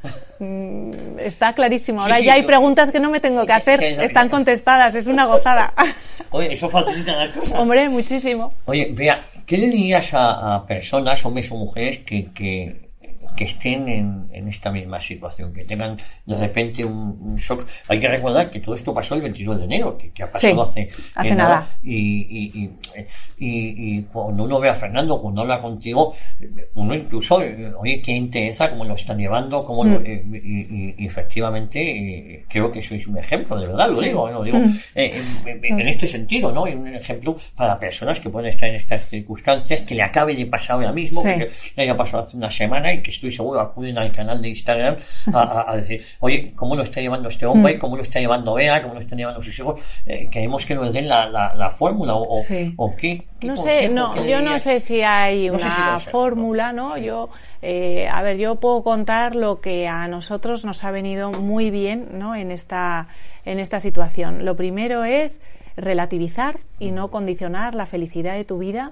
Mm, está clarísimo. Ahora sí, sí, ya hay preguntas que no me tengo que hacer, que no, están contestadas, es una gozada. Oye, eso facilita las cosas. Hombre, muchísimo. Oye, vea, ¿qué le dirías a, a personas, hombres o mujeres, que, que, que estén en, en esta misma situación, que tengan de repente un, un shock? Hay que recordar que todo esto pasó el veintidós de enero, que, que ha pasado sí, hace, hace nada. nada. Y, y, y, y, y cuando uno ve a Fernando, cuando habla contigo, uno incluso, oye, qué interesa, cómo lo están llevando, cómo mm. lo, eh, y, y, y efectivamente eh, creo que sois un ejemplo, de verdad, lo sí. digo, lo digo mm. eh, en, en, en este sentido, ¿no? Un ejemplo para personas que pueden estar en estas circunstancias, que le acabe de pasar ahora mismo, sí. que le haya pasado hace una semana y que estoy seguro acuden al canal de Instagram a, a, a decir, oye, ¿cómo lo está llevando este hombre? Mm. ¿Cómo lo está llevando Bea? ¿Cómo lo están llevando sus hijos? Eh, queremos que nos den la, la, la fórmula o, sí. o qué. qué no sé, no, yo no sé si hay no una si fórmula, ¿no? Sí. Yo, eh, a ver, yo puedo contar lo que a nosotros nos ha venido muy bien, ¿no? En esta, en esta situación. Lo primero es relativizar y no condicionar la felicidad de tu vida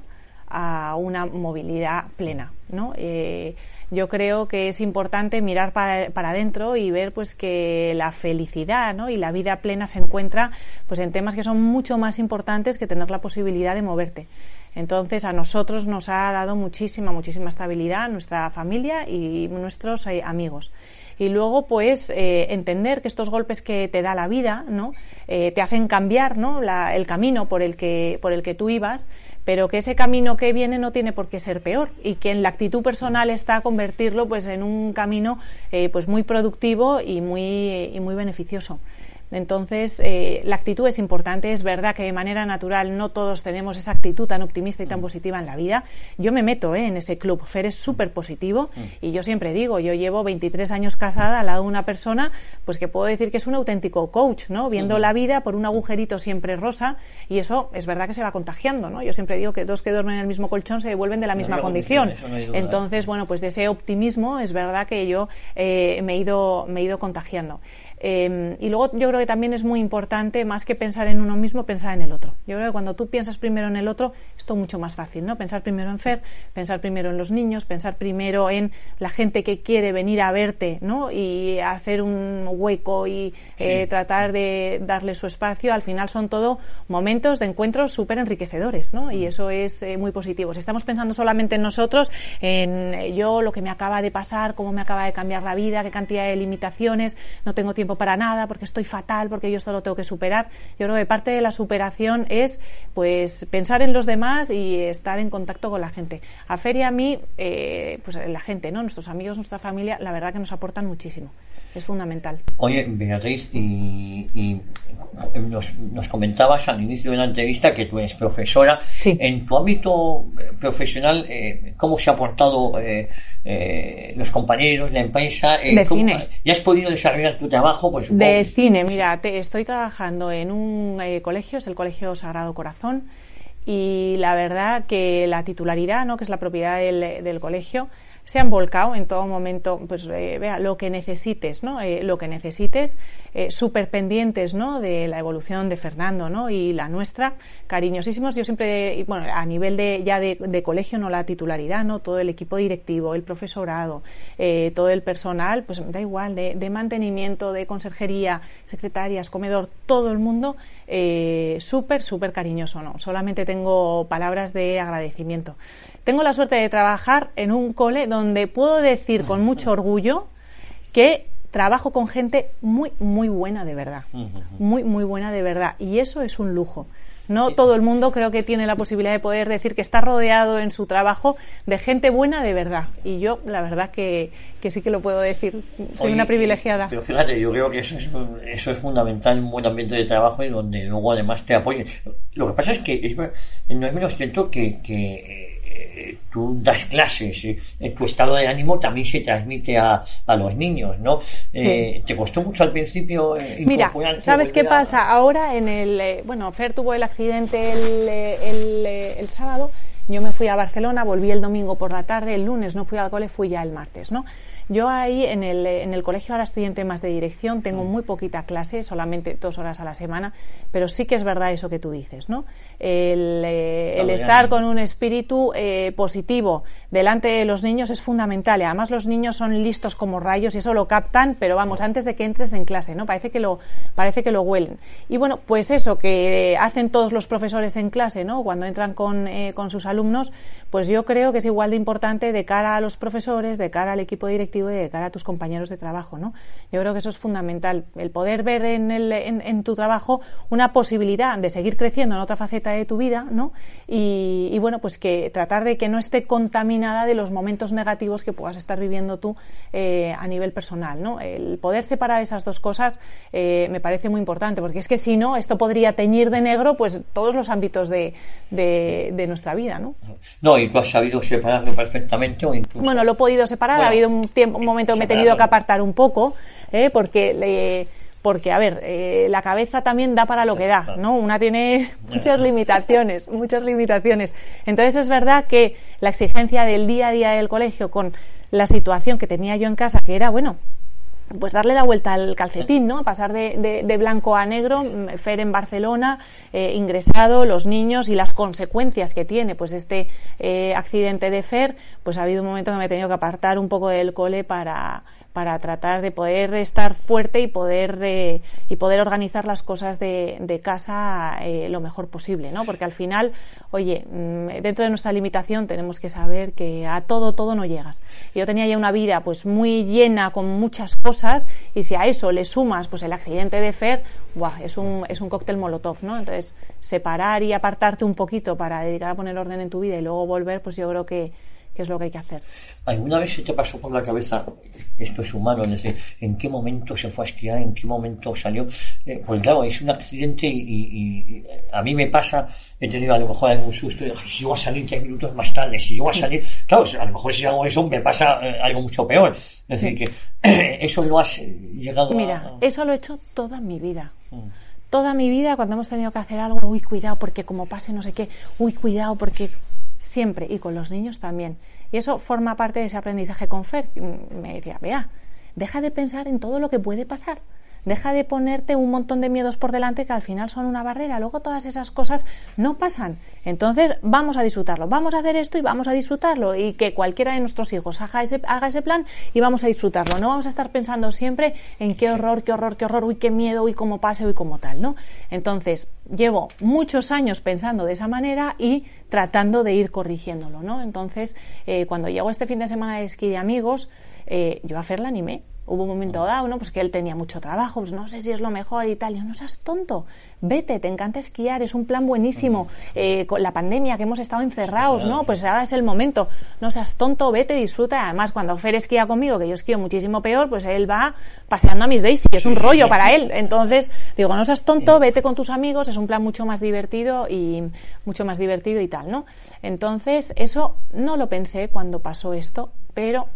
a una movilidad plena, ¿no? Eh, yo creo que es importante mirar para, para adentro y ver pues que la felicidad, ¿no? Y la vida plena se encuentra pues en temas que son mucho más importantes que tener la posibilidad de moverte. Entonces a nosotros nos ha dado muchísima, muchísima estabilidad nuestra familia y nuestros eh, amigos. Y luego, pues, eh, entender que estos golpes que te da la vida, ¿no? Eh, te hacen cambiar, ¿no? La, el camino por el que, por el que tú ibas, pero que ese camino que viene no tiene por qué ser peor y que en la actitud personal está convertirlo, pues, en un camino, eh, pues, muy productivo y muy, y muy beneficioso. Entonces, eh, la actitud es importante. Es verdad que de manera natural no todos tenemos esa actitud tan optimista y tan positiva en la vida. Yo me meto eh, en ese club. Fer es súper positivo y yo siempre digo, yo llevo veintitrés años casada al lado de una persona pues que puedo decir que es un auténtico coach, ¿no? Viendo uh-huh. la vida por un agujerito siempre rosa, y eso es verdad que se va contagiando, ¿no? Yo siempre digo que dos que duermen en el mismo colchón se devuelven de la misma no condición. No Entonces, bueno, pues de ese optimismo es verdad que yo eh, me he ido, me he ido contagiando. Eh, y luego yo creo que también es muy importante, más que pensar en uno mismo, pensar en el otro. Yo creo que cuando tú piensas primero en el otro, es todo mucho más fácil, ¿no? Pensar primero en Fer, pensar primero en los niños, pensar primero en la gente que quiere venir a verte, ¿no? Y hacer un hueco y eh, sí. tratar de darle su espacio. Al final son todo momentos de encuentros súper enriquecedores, ¿no? Y eso es eh, muy positivo. Si estamos pensando solamente en nosotros, en eh, yo, lo que me acaba de pasar, cómo me acaba de cambiar la vida, qué cantidad de limitaciones, no tengo tiempo para nada, porque estoy fatal, porque yo esto lo tengo que superar. Yo creo que parte de la superación es pues pensar en los demás y estar en contacto con la gente. A Fer y a mí, eh, pues la gente, ¿no? Nuestros amigos, nuestra familia, la verdad que nos aportan muchísimo. Es fundamental. Oye, Beatriz, y, y nos, nos comentabas al inicio de la entrevista que tú eres profesora. Sí. En tu ámbito profesional, eh, ¿cómo se ha aportado eh, eh, los compañeros, la empresa? Eh, de ¿cómo, cine. ¿Ya has podido desarrollar tu trabajo? Pues, de cine, mira, te, estoy trabajando en un eh, colegio, es el Colegio Sagrado Corazón, y la verdad que la titularidad, ¿no?, que es la propiedad del, del colegio, se han volcado en todo momento, pues eh, vea, lo que necesites, ¿no? Eh, lo que necesites, eh, súper pendientes, ¿no?, de la evolución de Fernando, ¿no?, y la nuestra, cariñosísimos. Yo siempre, bueno, a nivel de ya de, de colegio, no la titularidad, ¿no?, todo el equipo directivo, el profesorado, eh, todo el personal, pues da igual, de, de mantenimiento, de conserjería, secretarias, comedor, todo el mundo, eh, súper, súper cariñoso, ¿no? Solamente tengo palabras de agradecimiento. Tengo la suerte de trabajar en un cole donde puedo decir con mucho orgullo que trabajo con gente muy, muy buena de verdad. Muy, muy buena de verdad. Y eso es un lujo. No todo el mundo creo que tiene la posibilidad de poder decir que está rodeado en su trabajo de gente buena de verdad. Y yo, la verdad, que, que sí que lo puedo decir. Soy Oye, una privilegiada. Pero fíjate, yo creo que eso es, eso es fundamental, un buen ambiente de trabajo y donde luego además te apoyen. Lo que pasa es que es, no es menos cierto que... que Eh, tú das clases, eh, tu estado de ánimo también se transmite a, a los niños, ¿no? Eh, sí. ¿Te costó mucho al principio eh, Mira, ¿sabes qué pasa? A... Ahora en el... Eh, bueno, Fer tuvo el accidente el, el, el, el sábado, yo me fui a Barcelona, volví el domingo por la tarde, el lunes no fui al cole, fui ya el martes, ¿no? Yo ahí en el, en el colegio ahora estoy en temas de dirección, tengo muy poquita clase, solamente dos horas a la semana, pero sí que es verdad eso que tú dices, ¿no? El, eh, el estar con un espíritu eh, positivo delante de los niños es fundamental, y además los niños son listos como rayos y eso lo captan, pero vamos, antes de que entres en clase, ¿no? Parece que lo, parece que lo huelen. Y bueno, pues eso que hacen todos los profesores en clase, ¿no?, cuando entran con, eh, con sus alumnos, pues yo creo que es igual de importante de cara a los profesores, de cara al equipo directivo, de cara a tus compañeros de trabajo, ¿no? Yo creo que eso es fundamental, el poder ver en, el, en, en tu trabajo una posibilidad de seguir creciendo en otra faceta de tu vida, ¿no? Y, y bueno, pues que tratar de que no esté contaminada de los momentos negativos que puedas estar viviendo tú eh, a nivel personal, ¿no? El poder separar esas dos cosas eh, me parece muy importante, porque es que si no, esto podría teñir de negro pues todos los ámbitos de, de, de nuestra vida, ¿no? No, y tú has sabido separarlo perfectamente o incluso... Bueno, lo he podido separar, bueno, ha habido un tiempo un momento que me he tenido que apartar un poco, ¿eh? porque le, porque a ver, eh, la cabeza también da para lo que da, ¿no? Una tiene muchas limitaciones, muchas limitaciones. Entonces es verdad que la exigencia del día a día del colegio con la situación que tenía yo en casa, que era, bueno, pues darle la vuelta al calcetín, ¿no? Pasar de, de, de blanco a negro, Fer en Barcelona, eh, ingresado, los niños y las consecuencias que tiene pues este eh, accidente de Fer, pues ha habido un momento que me he tenido que apartar un poco del cole para para tratar de poder estar fuerte y poder eh, y poder organizar las cosas de, de casa eh, lo mejor posible, ¿no? Porque al final, oye, dentro de nuestra limitación tenemos que saber que a todo, todo no llegas. Yo tenía ya una vida pues muy llena con muchas cosas y si a eso le sumas pues el accidente de Fer, ¡buah!, es un, es un cóctel molotov, ¿no? Entonces, separar y apartarte un poquito para dedicar a poner orden en tu vida y luego volver, pues yo creo que que es lo que hay que hacer. ¿Alguna vez se te pasó por la cabeza, esto es humano, es decir, en qué momento se fue a esquiar, en qué momento salió? Eh, pues claro, es un accidente y, y, y a mí me pasa, he tenido a lo mejor algún susto, si yo voy a salir diez minutos más tarde, si yo voy a salir, claro, a lo mejor si hago eso me pasa eh, algo mucho peor. Es decir, sí. que eh, eso lo has llegado Mira, a... Mira, eso lo he hecho toda mi vida. Mm. Toda mi vida, cuando hemos tenido que hacer algo, uy, cuidado, porque como pase no sé qué, uy, cuidado, porque... Siempre, y con los niños también. Y eso forma parte de ese aprendizaje con Fer. Me decía, vea, deja de pensar en todo lo que puede pasar. Deja de ponerte un montón de miedos por delante que al final son una barrera. Luego todas esas cosas no pasan. Entonces vamos a disfrutarlo. Vamos a hacer esto y vamos a disfrutarlo. Y que cualquiera de nuestros hijos haga ese, haga ese plan y vamos a disfrutarlo. No vamos a estar pensando siempre en qué horror, qué horror, qué horror, uy, qué miedo, uy, cómo pase, uy, cómo tal, ¿no? Entonces llevo muchos años pensando de esa manera y tratando de ir corrigiéndolo, ¿no? Entonces eh, cuando llegó este fin de semana de esquí de amigos, eh, yo a Fer la animé. Hubo un momento dado, ¿no? Pues que él tenía mucho trabajo, pues no sé si es lo mejor y tal. Y yo, no seas tonto, vete, te encanta esquiar, es un plan buenísimo. Eh, con la pandemia que hemos estado encerrados, ¿no? Pues ahora es el momento. No seas tonto, vete, disfruta. Además, cuando Fer esquía conmigo, que yo esquío muchísimo peor, pues él va paseando a Miss Daisy, es un rollo para él. Entonces, digo, no seas tonto, vete con tus amigos, es un plan mucho más divertido y mucho más divertido y tal, ¿no? Entonces, eso no lo pensé cuando pasó esto, pero...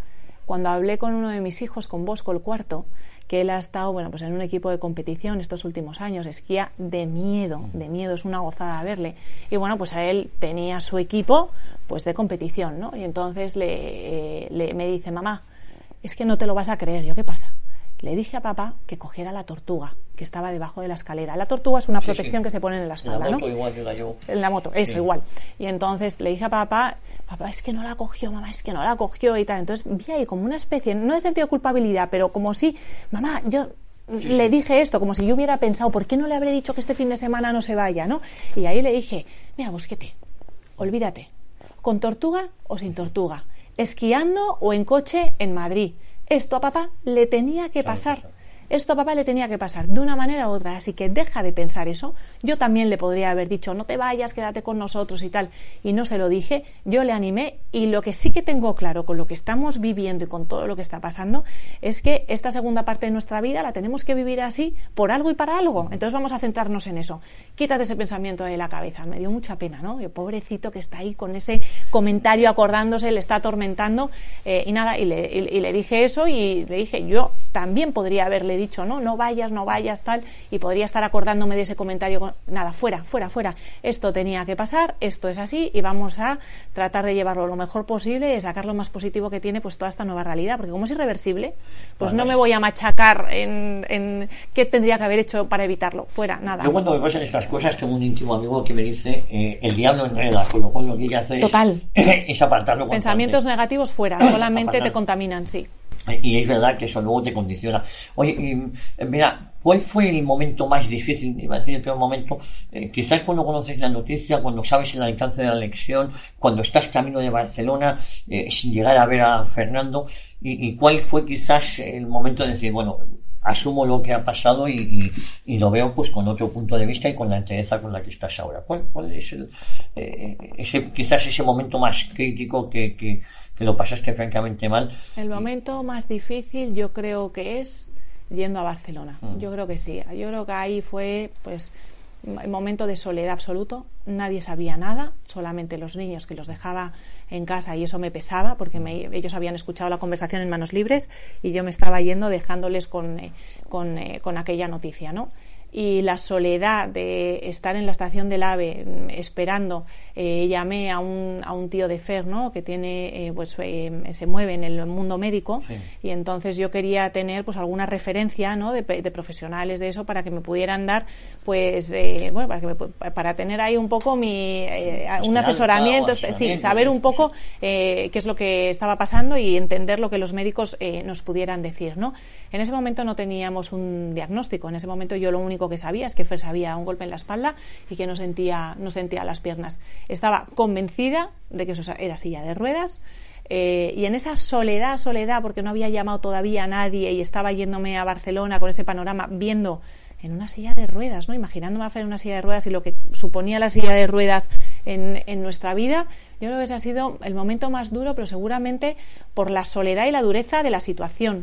cuando hablé con uno de mis hijos, con Bosco, el cuarto, que él ha estado, bueno, pues en un equipo de competición estos últimos años, esquía de miedo, de miedo, es una gozada verle. Y bueno, pues a él tenía su equipo, pues de competición, ¿no? Y entonces le, eh, le me dice, mamá, es que no te lo vas a creer. Yo, ¿qué pasa? Le dije a papá que cogiera la tortuga que estaba debajo de la escalera. La tortuga es una protección sí, sí. que se pone en la espalda, en la moto, ¿no? Igual que la llevo. En la moto, eso, sí. igual. Y entonces le dije a papá, papá, es que no la cogió, mamá, es que no la cogió y tal. Entonces vi ahí como una especie, no de sentido de culpabilidad, pero como si, mamá, yo sí, le sí. dije esto, como si yo hubiera pensado, ¿por qué no le habré dicho que este fin de semana no se vaya, no? Y ahí le dije, mira, Bosquete, olvídate, con tortuga o sin tortuga, esquiando o en coche en Madrid. Esto a papá le tenía que pasar. Esto a papá le tenía que pasar de una manera u otra, así que deja de pensar eso. Yo también le podría haber dicho, no te vayas, quédate con nosotros y tal, y no se lo dije, yo le animé, y lo que sí que tengo claro con lo que estamos viviendo y con todo lo que está pasando es que esta segunda parte de nuestra vida la tenemos que vivir así por algo y para algo, entonces vamos a centrarnos en eso. Quítate ese pensamiento de la cabeza. Me dio mucha pena, ¿no? Yo, pobrecito que está ahí con ese comentario acordándose, le está atormentando, eh, y nada, y le, y, y le dije eso, y le dije, yo también podría haberle dicho, no, no vayas, no vayas, tal, y podría estar acordándome de ese comentario, con, nada, fuera, fuera, fuera, esto tenía que pasar, esto es así, y vamos a tratar de llevarlo lo mejor posible, y sacar lo más positivo que tiene pues toda esta nueva realidad, porque como es irreversible, pues bueno, no me voy a machacar en, en qué tendría que haber hecho para evitarlo, fuera, nada. Yo cuando me pasan estas cosas tengo un íntimo amigo que me dice, eh, el diablo enreda, con lo cual lo que hay que hacer Total. es, es apartarlo. Pensamientos antes. Negativos fuera, solamente Apartar. Te contaminan, sí. Y es verdad que eso luego te condiciona. Oye, y, mira, ¿cuál fue el momento más difícil? Iba a decir el peor momento. Eh, quizás cuando conoces la noticia, cuando sabes el alcance de la elección, cuando estás camino de Barcelona, eh, sin llegar a ver a Fernando. Y, y cuál fue quizás el momento de decir, bueno, asumo lo que ha pasado y, y, y lo veo pues con otro punto de vista y con la entereza con la que estás ahora. ¿Cuál, cuál es el, eh, ese, quizás ese momento más crítico que, que, que lo pasaste francamente mal? El momento más difícil yo creo que es yendo a Barcelona. Mm. Yo creo que sí. Yo creo que ahí fue pues el momento de soledad absoluto. Nadie sabía nada, solamente los niños que los dejaba en casa, y eso me pesaba porque me, ellos habían escuchado la conversación en Manos Libres y yo me estaba yendo dejándoles con, eh, con, eh, con aquella noticia, ¿no? Y la soledad de estar en la estación del AVE esperando, eh, llamé a un, a un tío de Fer, ¿no? Que tiene, eh, pues eh, se mueve en el mundo médico, sí. Y entonces yo quería tener pues alguna referencia, ¿no? de, de profesionales de eso para que me pudieran dar pues eh, bueno para que me, para tener ahí un poco mi eh, un asesoramiento, sí, saber un poco eh, qué es lo que estaba pasando y entender lo que los médicos eh, nos pudieran decir, ¿no? En ese momento no teníamos un diagnóstico. En ese momento yo lo único que sabía es que Fer sabía un golpe en la espalda y que no sentía, no sentía las piernas. Estaba convencida de que eso era silla de ruedas, eh, y en esa soledad, soledad, porque no había llamado todavía a nadie y estaba yéndome a Barcelona con ese panorama, viendo en una silla de ruedas, ¿no? Imaginándome a Fer en una silla de ruedas y lo que suponía la silla de ruedas en, en nuestra vida. Yo creo que ese ha sido el momento más duro, pero seguramente por la soledad y la dureza de la situación.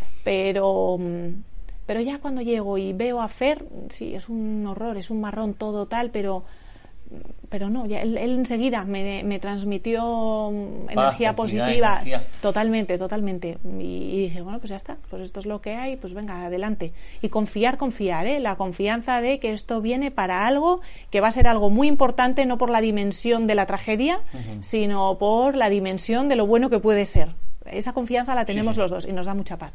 Pero pero ya cuando llego y veo a Fer, sí, es un horror, es un marrón todo tal, pero pero no, ya él, él enseguida me, me transmitió energía positiva, energía. totalmente, totalmente, y, y dije, bueno, pues ya está, pues esto es lo que hay, pues venga, adelante, y confiar, confiar, ¿eh? La confianza de que esto viene para algo, que va a ser algo muy importante, no por la dimensión de la tragedia, uh-huh. sino por la dimensión de lo bueno que puede ser. Esa confianza la tenemos sí, sí. los dos y nos da mucha paz.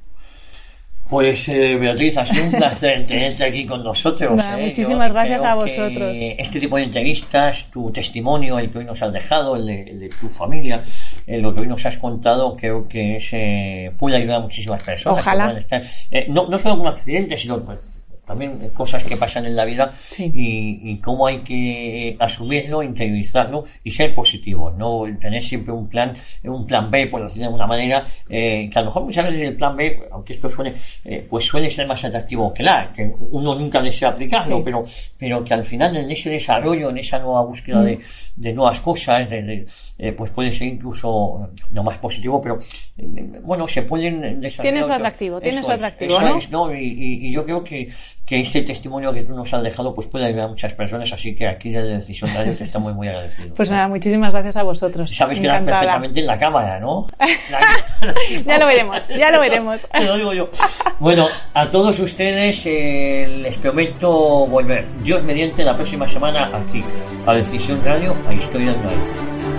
Pues eh, Beatriz, ha sido un placer tenerte aquí con nosotros. Nah, ¿eh? Muchísimas Yo gracias a vosotros. Este tipo de entrevistas, tu testimonio, el que hoy nos has dejado, el de, el de tu familia, eh, lo que hoy nos has contado, creo que es, eh, puede ayudar a muchísimas personas. Ojalá. Estar, eh, no, no solo con accidentes, sino pues, también cosas que pasan en la vida sí. y, y cómo hay que asumirlo, interiorizarlo y ser positivos, no tener siempre un plan, un plan B, por decirlo de alguna manera, eh, que a lo mejor muchas veces el plan B, aunque esto suene, eh, pues suele ser más atractivo que la, que uno nunca desea aplicarlo, sí. pero, pero que al final en ese desarrollo, en esa nueva búsqueda mm. de, de nuevas cosas, de, de, eh, pues puede ser incluso no más positivo, pero eh, bueno, se pueden desarrollar. Tiene su atractivo, tiene su atractivo, es, ¿no? Es, ¿no? Y, y, y yo creo que que este testimonio que tú nos has dejado pues puede ayudar a muchas personas, así que aquí desde Decisión Radio te estamos muy agradecidos. Pues nada, muchísimas gracias a vosotros. Sabes que eras perfectamente en la cámara, ¿no? La... ya lo veremos, ya lo veremos. Te lo digo yo. Bueno, a todos ustedes eh, les prometo volver, Dios mediante, la próxima semana aquí, a Decisión Radio, a Historia de una Época.